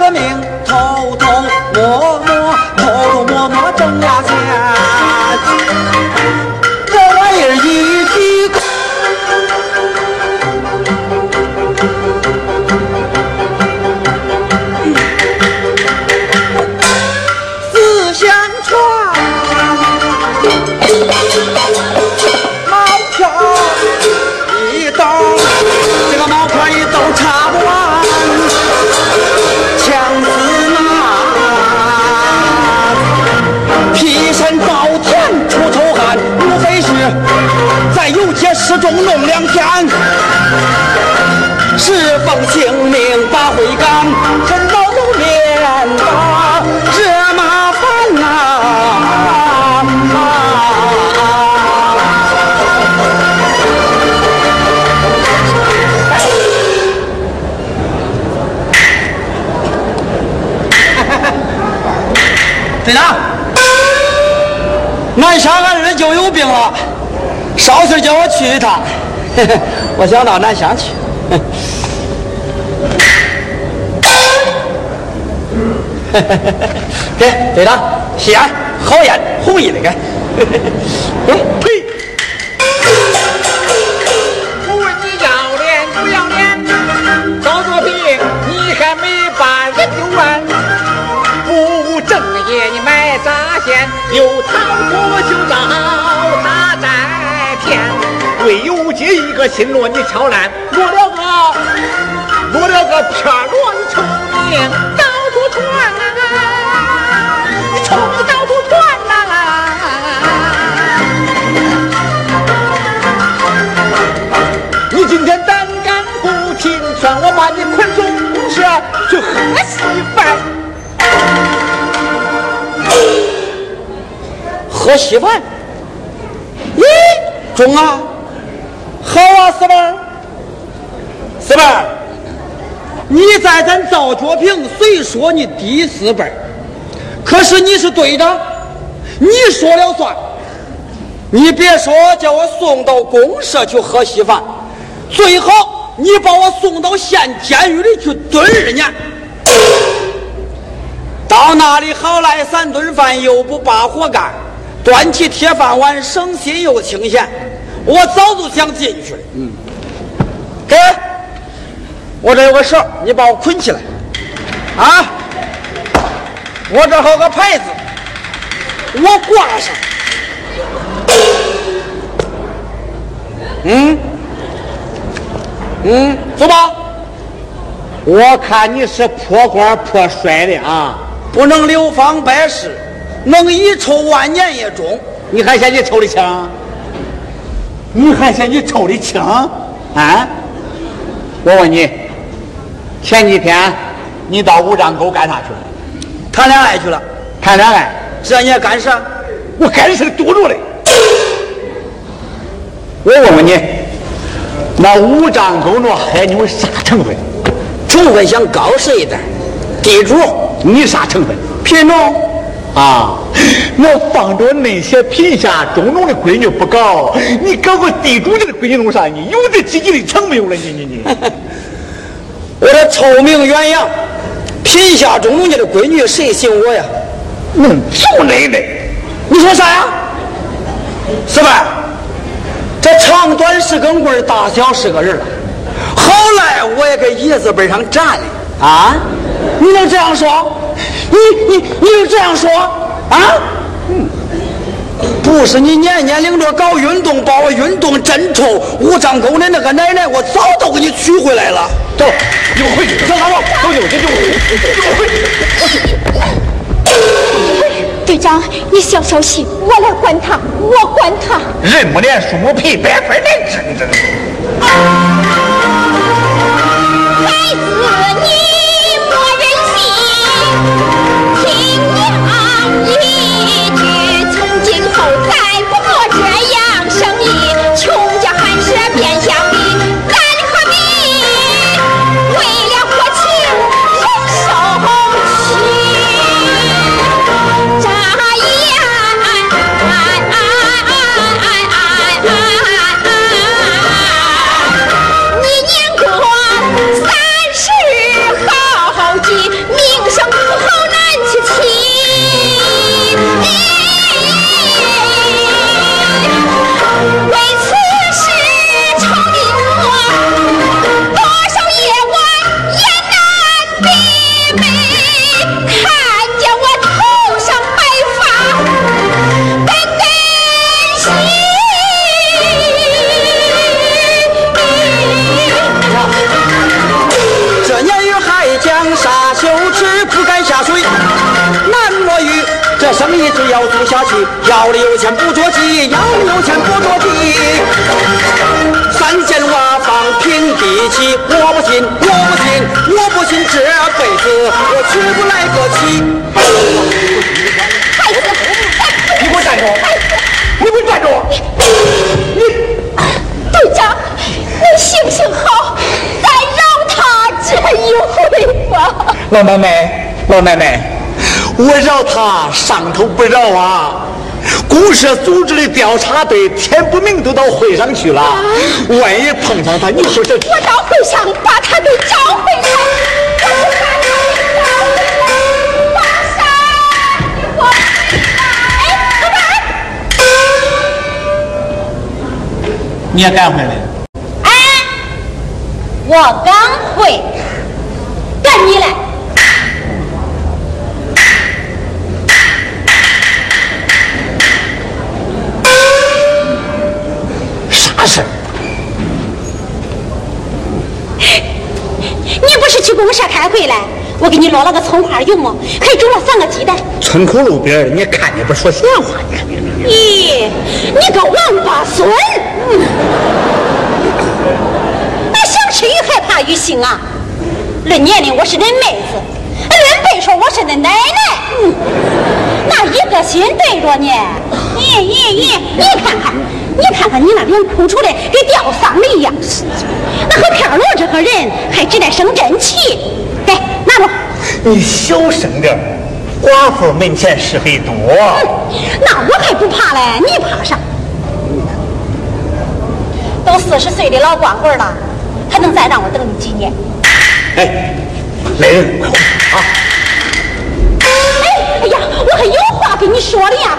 个命偷偷摸摸，偷偷摸摸挣呀钱，这玩意儿一句自相传，毛票一兜，这个毛票一兜插不完，枪死马，劈山造田出头汗，无非是在有节石中弄两天，是奉性命把回赶，真到有面吧，这麻烦呐、队长，俺上俺儿就有病了，捎信叫我去一趟，我想到南乡去。给队长吸烟，好烟，红衣的给。呸！ 我问你要脸不要脸？找着病你还没把人就完，不务正业你买杂线，有糖果就找他摘田。对有节一个心落你敲烂，落了个片落你臭命到处传，你臭命到处传呐！你今天胆敢不听劝，我把你捆住公社去喝稀饭。 喝稀饭？咦，中啊！好啊，四辈，四辈，你在咱造脚坪虽说你第四辈，可是你是队长，你说了算。你别说叫我送到公社去喝稀饭，最好你把我送到县监狱里去蹲2年，到那里好赖3顿饭又不把活干，端起铁饭碗省心又清闲，我早就想进去了。给我这有个绳，你把我捆起来啊！我这还有个牌子，我挂上。走吧。 我看你是破罐破摔的啊！ 不能流芳百世，能遗臭万年也中。 你还嫌你抽的枪？你还嫌你抽的枪？啊！我问你，前几天你到五丈沟干啥去了？ 谈恋爱去了。 谈恋爱？ 这你也干啥？ 我干是堵住的。我问问你，那五丈沟那海牛啥成分？ 成分想高实一点。地主， 你啥成分？ 品种啊，我放着那些贫下中农的闺女不搞，你搞个地主家的闺女弄啥呢？有的积极的成没有了你。 我这臭名远扬，贫下中农家的闺女谁信我呀？ 就那的。 你说啥呀？四妹，这长短是根棍，大小是个人了。好赖我也给叶子本上站了啊！你能这样说？你能这样说啊？不是你年年领着搞运动，把我运动真臭五丈沟的那个奶奶，我早都给你娶回来了。 走，你给我回去，走，走，就回去。 队长，你消气，我来管他，我管他。 人没脸，树没皮，百分来真。 孩子，你莫任性，听娘一句，从今后再不做这样生意，穷家寒舍变相离，咱何必为了国情忍受气？你年过30 生意只要做下去，要里有钱不着急，要里有钱不着急。3间瓦房平地起，我不信，这辈子我娶不来个妻。 孩子， 你给我站住！你给我站住！你队长，你行不行好？再饶他这一回吧。 老奶奶。我饶他上头不饶啊！公社组织的调查队天不明都到会上去了，万一碰上他，你说这…… 我到会上把他给找回来。 你也赶回来？ 哎，我赶回，赶你来。 啥事？ 你不是去公社开会来？我给你落了个葱花油吗？还煮了3个鸡蛋。 村口路边，你看你不说闲话，你看你。 咦，你个王八孙！那想吃鱼还怕鱼腥啊？论年龄我是恁妹子，论辈数我是恁奶奶。那一个心对着你，你看看你那脸哭出来跟吊丧了一样。那和片罗这个人还只得生真气。给拿着。 你小声点，寡妇门前是非多。 那我还不怕嘞，你怕啥？都40岁的老光棍了，还能再让我等你几年？ 哎，来人，快回啊！ 哎呀，我还有话跟你说的呀！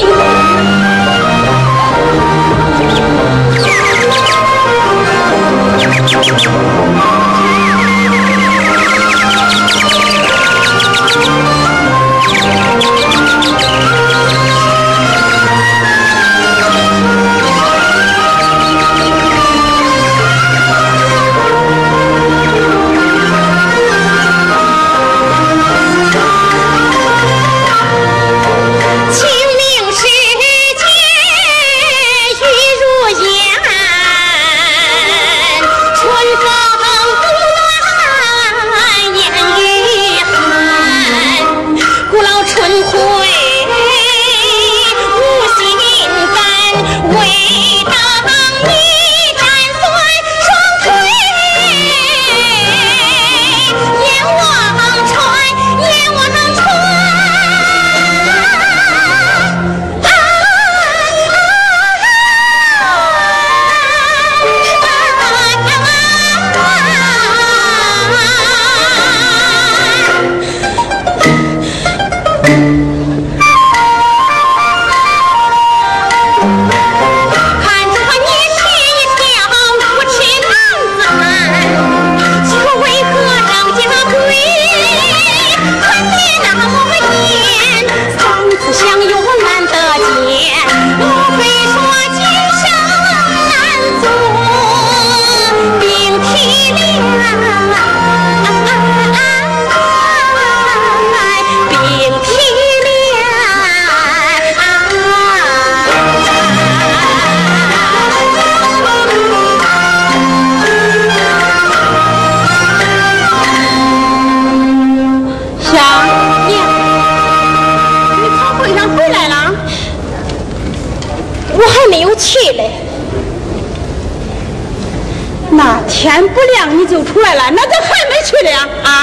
天不亮你就出来了，那咋还没去了呀？啊！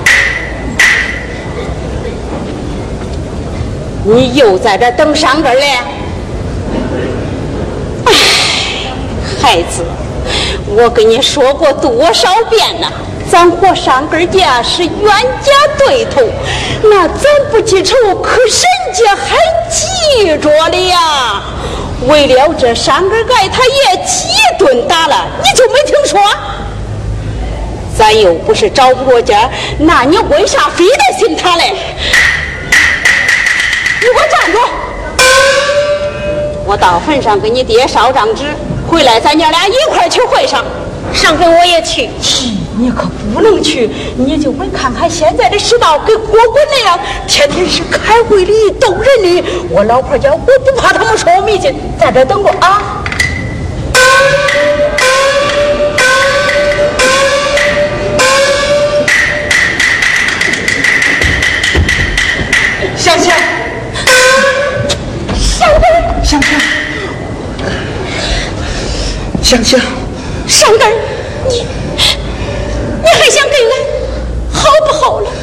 你又在这等上根嘞？哎，孩子，我跟你说过多少遍了，咱和上根家是冤家对头，那咱不记仇，可人家还记着了呀。为了这上根盖，他也几顿打了，你就没听说？ 咱又不是找不着家，那你为啥非得信他嘞？你给我站住！我到坟上给你爹烧张纸，回来咱娘俩一块去会上。 上回我也去。 你可不能去，你就没看看现在的世道跟国滚那样，天天是开会里动人的。我老婆家我不怕他们说我迷信，在这等着啊。 香香， 上根， 香香，香香， 上根，你还想跟俺好不好了？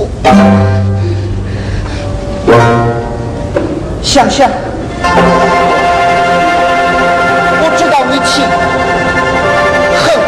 香香，我知道你气，恨。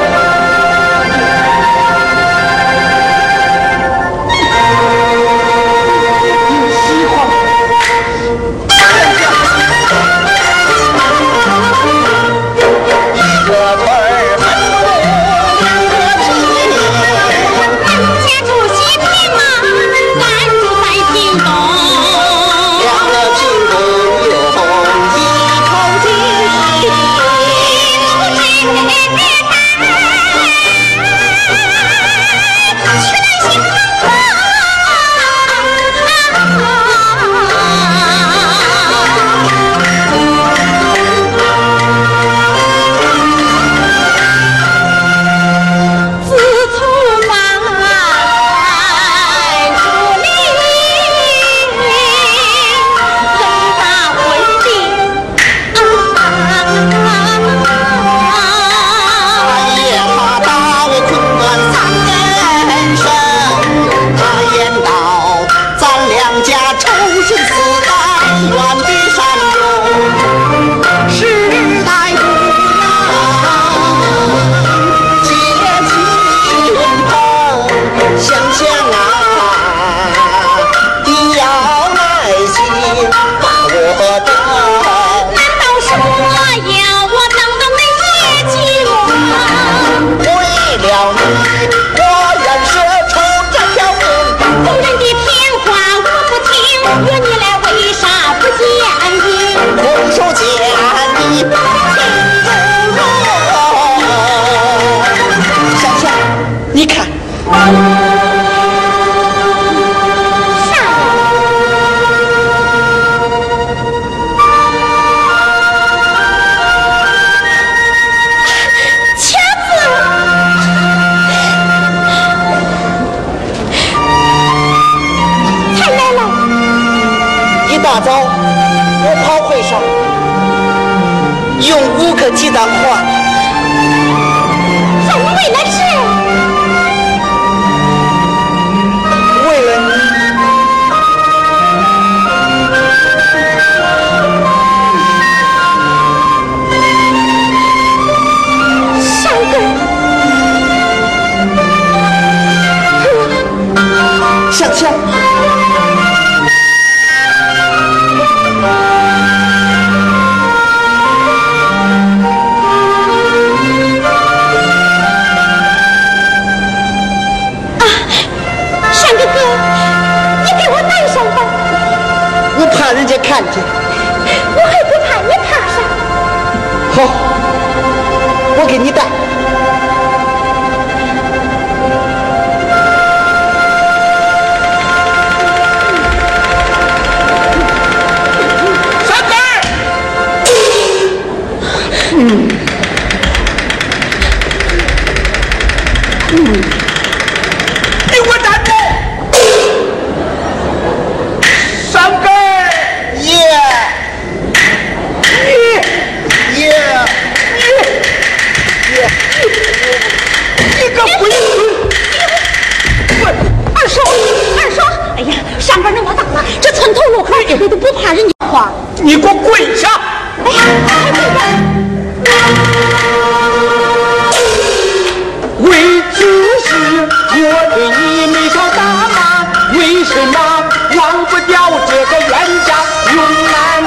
鸡蛋花， 怎么为了吃？ 为了你。 上根。 香香。怕人家看见， 我还不怕你怕啥？ 好，我给你带。 三根。你给我站住！三根。你个鬼子！ 二叔，哎呀，上边那么大了，这村头路口你都不怕人家话？ 你给我跪下！ 哎呀， 为就是我对你没少打骂，为什么忘不掉这个冤家永难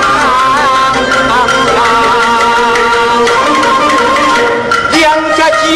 忘？梁家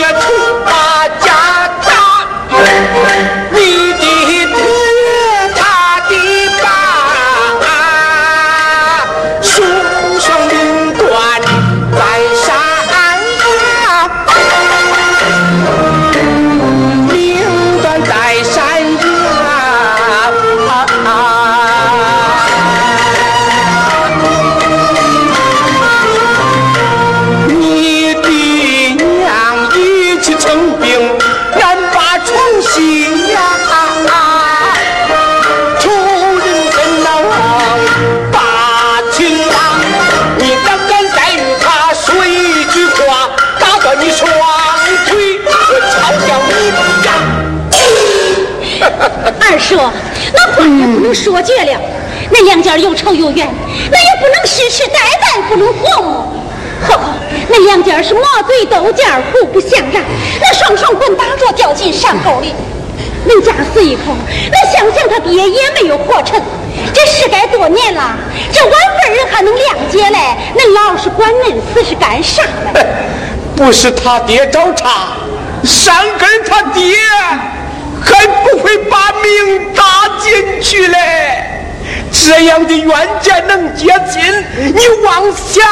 说，那话也不能说绝了。那两家有仇有怨，那也不能世世代代不能和睦。何况那两家是毛嘴斗尖，互不相让，那双双棍打着掉进山沟里。恁家死一口，那想想他爹也没有活成。这事该多年了，这晚辈人还能谅解嘞？恁老是管恁死是干啥嘞？ 不是他爹找茬，山根他爹还不会把命搭进去嘞。这样的冤家能结亲，你妄想？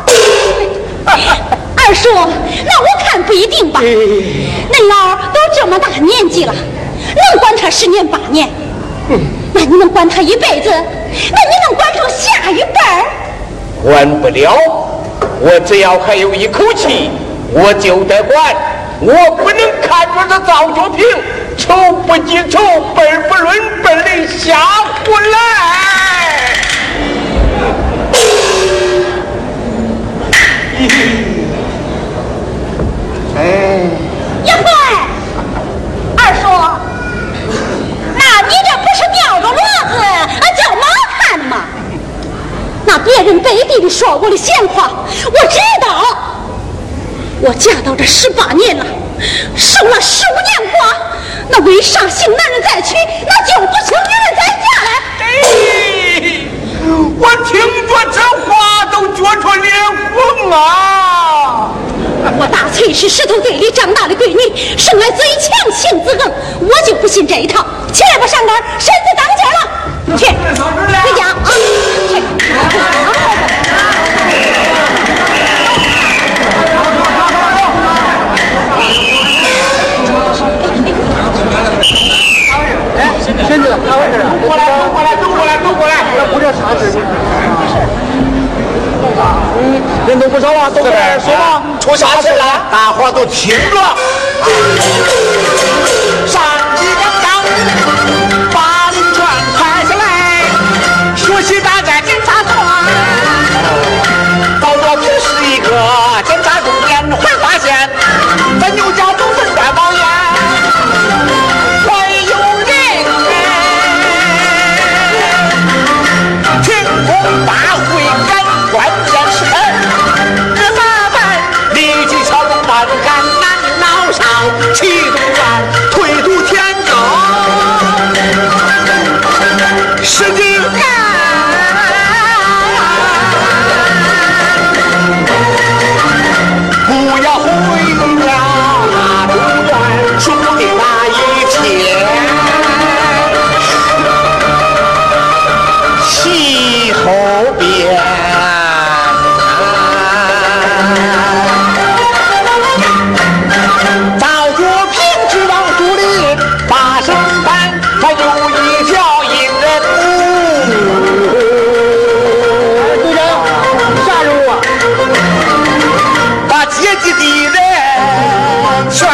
二叔，那我看不一定吧。恁老都这么大年纪了，能管他10年8年，那你能管他一辈子？那你能管成下一辈儿？ 管不了，我只要还有一口气，我就得管。我不能看着这赵学平仇不记仇，辈不论辈的瞎胡来。 呀嘿，二叔，那你这不是吊着骡子叫马看吗？那别人背地里说我的闲话，我知道。我嫁到这18年了，受了15年瓜，那为啥姓男人再娶，那就不请女人再嫁来？ 我听着这话都觉着脸红啊！ 我大崔是石头堆里长大的闺女，生来嘴强性子横，我就不信这一套。起来吧，上杆，身子当家了，去回家啊！去。 身子咋回事啊？ 过来，走过来！ 不是啥事。人都不少啊，都过来说吧。 出啥事了？大伙都听着。上一个当把林川拍下来，熟悉大战检察团。赵作平是一个检察中年，会发现咱牛家都分担王爷。大会赶关键时刻，这咋办？立即敲动大人赶南老少，启动战，推土填沟，使劲干！不要回了中原注定那一天。后边赵作平知道主力把身板，他有一条引人队长，啥任务啊？把阶级敌人全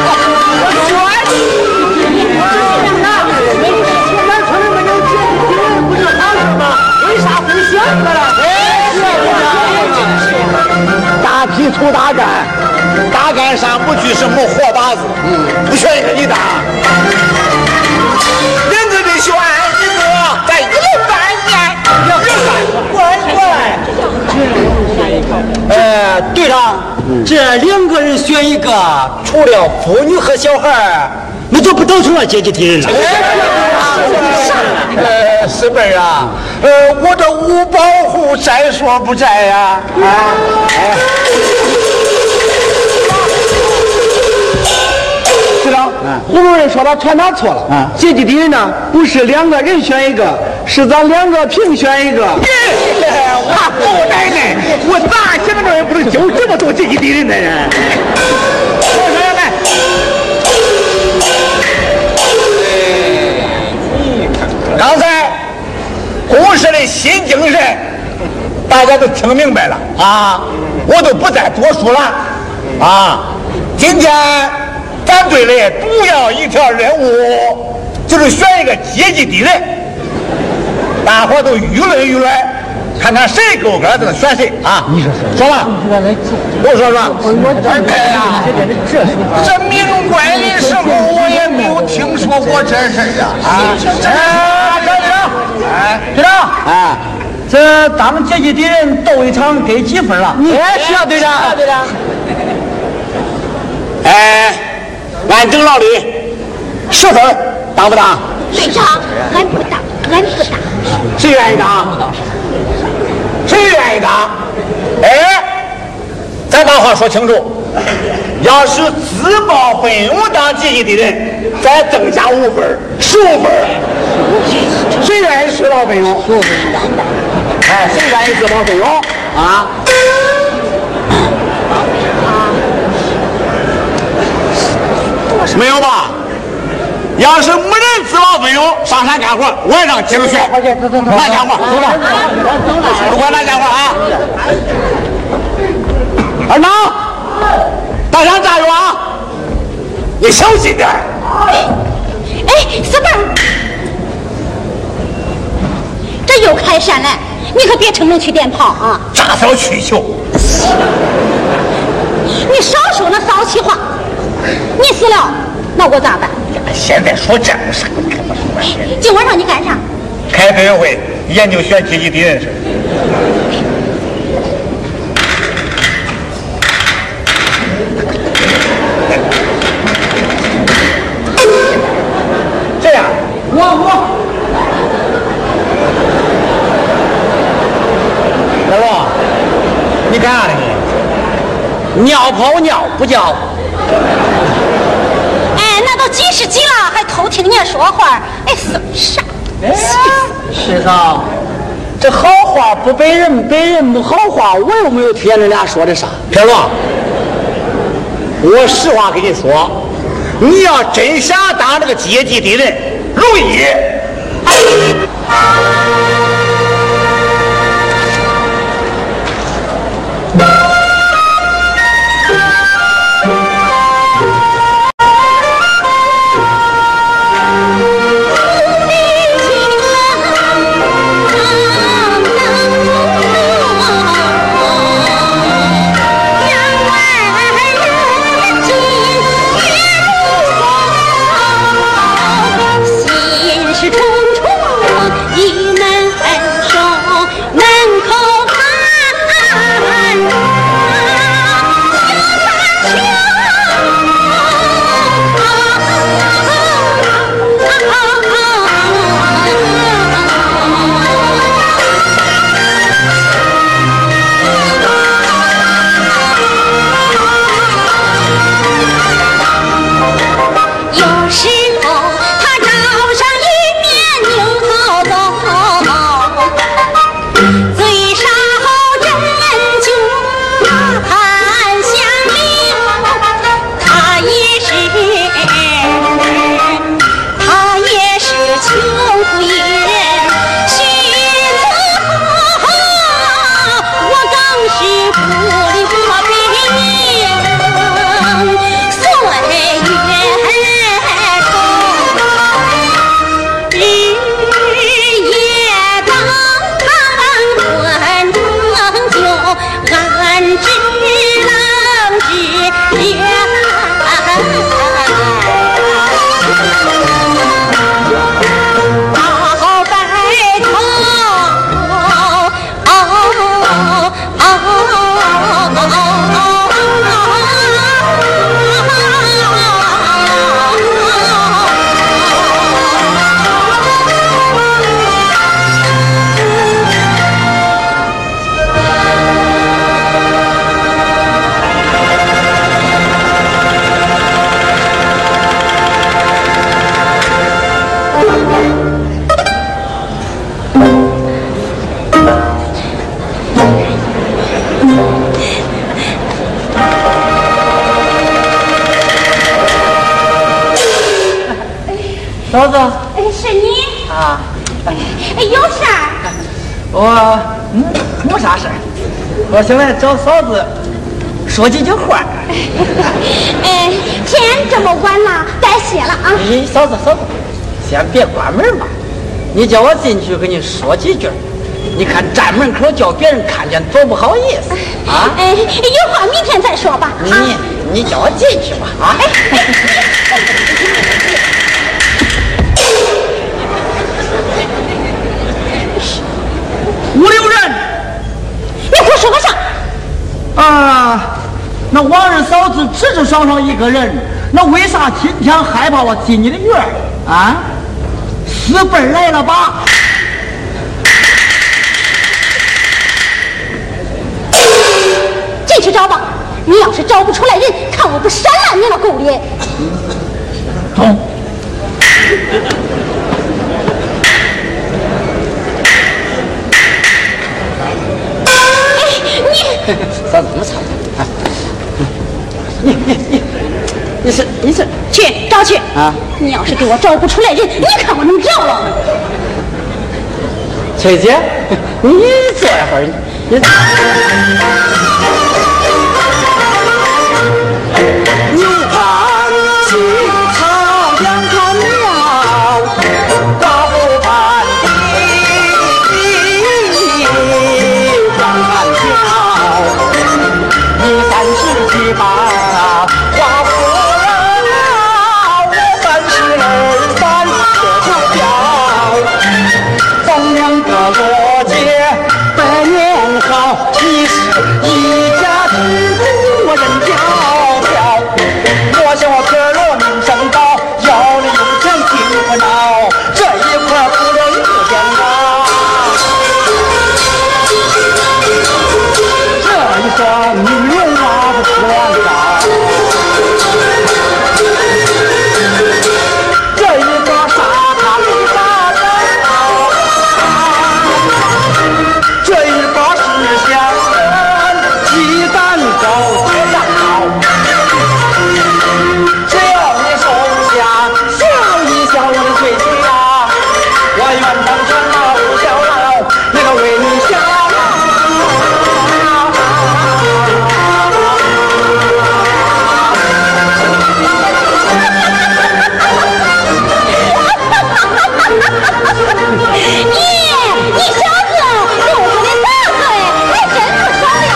大批出大干，大干上不去是没活把子，不选一个你打，人家得选一个在1年半年， 过来，队长，这2个人选一个，除了妇女和小孩，那就不都成了阶级敌人了。 四辈啊，我这五保户再说不在呀， 队长，胡主任说他传达错了，阶级敌人呢不是2个人选一个，是咱2个平选一个。 我姑奶奶，我咋想着也不是就这么多阶级敌人的人。刚才公社的新精神，大家都听明白了啊！我都不再多说了啊！今天咱队里主要一条任务就是选一个阶级敌人，大伙都议论议论， 看看谁够格就能选谁啊！ 你说吧，我说说。这明关的时候我也没有听说过这事儿啊！ 队长，哎，这咱们阶级敌人斗一场给几分了？是啊，队长。队长。 哎，俺郑老李10分，当不当？ 队长，俺不当。 谁愿意当？谁愿意当？哎，咱把话说清楚，要是自报奋勇当阶级敌人，再增加5分，15分。谁愿意自报奋勇？哎，谁愿意自报奋勇啊？没有吧？要是没人自报奋勇上山干活，我也让接着选。来干活，不管来干活啊！二郎，大山加油啊！你小心点。 哎，四妹，这又开山了，你可别逞能去电炮啊！ 炸小气球。 你少说那骚气话。你死了，那我咋办？ 现在说这个啥？ 今晚上你干啥？ 开委员会研究选阶级敌人事。这样，我，老罗，你干啥呢你？尿泡尿不叫。 哎，那都几十集了，还偷听你说话，哎，什么啥？ 师嫂，这好话不背人，背人不好话，我又没有听见你俩说的啥。 天罗，我实话跟你说，你要真想当这个阶级敌人，容易。 嫂子， 是你啊？ 有事儿？ 我没啥事儿，我想来找嫂子说几句话。 天这么晚了，该歇了啊。 嫂子，先别关门吧，你叫我进去跟你说几句， 你看站门口叫别人看见多不好意思啊！ 有话明天再说吧。 你叫我进去吧啊！五六人， 你给我说个啥？ 啊，那王二嫂子只是双上一个人，那为啥今天害怕我进你的院啊？私奔来了吧？ 进去找吧。你要是找不出来人，看我不扇烂你那狗脸！ 走。嫂子，没吵你是去找去啊！ 你要是给我找不出来人，你看我能找了？ 翠姐，你坐一会儿，你看青草两看苗，高攀地，两看桥，你37把花不老，我32三这条风两个罗街百年好，你是一家之主，我人飘飘。我想我哥罗名声高，要你有钱听不恼，这一块不容易见到。这一双女人拉不出乱招，这一个沙滩里打倒，这一把是香鸡蛋糕结账好。只要你手下笑一笑我的嘴角，我愿当成老小老，那个为你效劳。 你小子跟我说的大个哎，还真不少呀！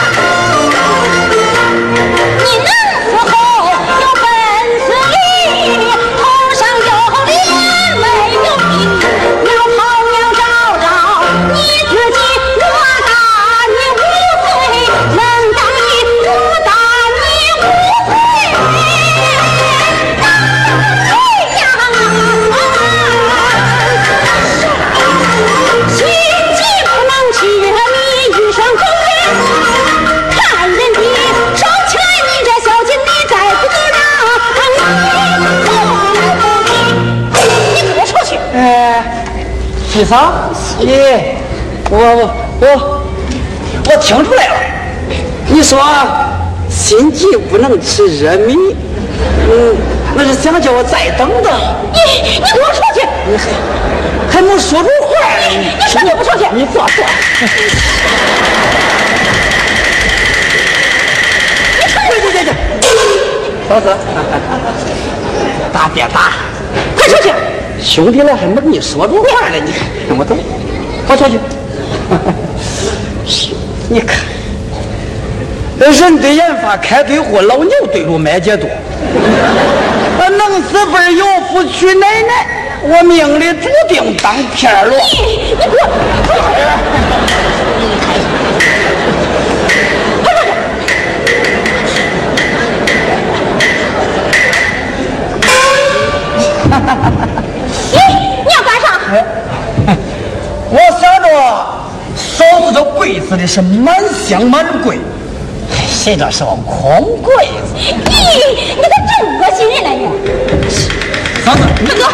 你能伺候有本事力，头上有脸没有皮，要跑要找找你自己，我打你5岁，能打你我打你5岁，哎呀！心急不能吃你一双狗眼，看人的收起来你这小金你再不让你给我出去！ 七嫂，我听出来了，你说心急不能吃热米，那是想叫我再等等。 你给我出去！ 你还没说出话来， 你出去不出去？ 你坐。对，嫂子，打别打， 快出去！ 兄弟来还没跟你说出话来，你看我走，我出去。你看，人对研发开对货，老牛对路买解多。能死辈有福娶奶奶，我命里注定当片罗。 你给我你要干啥？ 我想着嫂子这柜子里是满箱满柜，谁知道是我空柜子？ 你可真恶心人来呀！ 嫂子， 大哥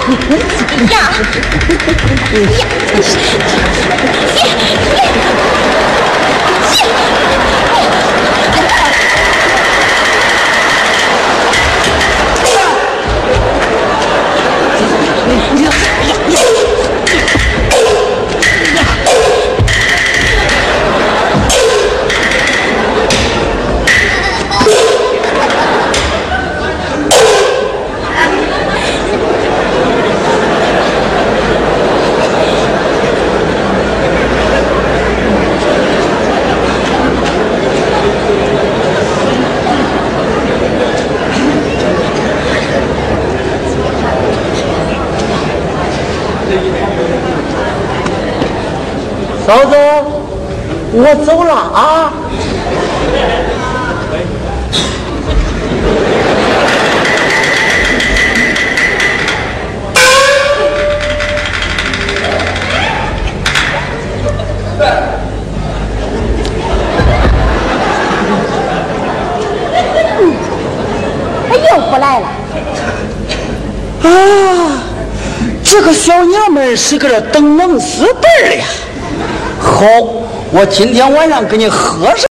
嫂子，我走了啊。 他又不来了。 啊，这个小娘们是搁这等弄死本了呀。好，我今天晚上给你喝上。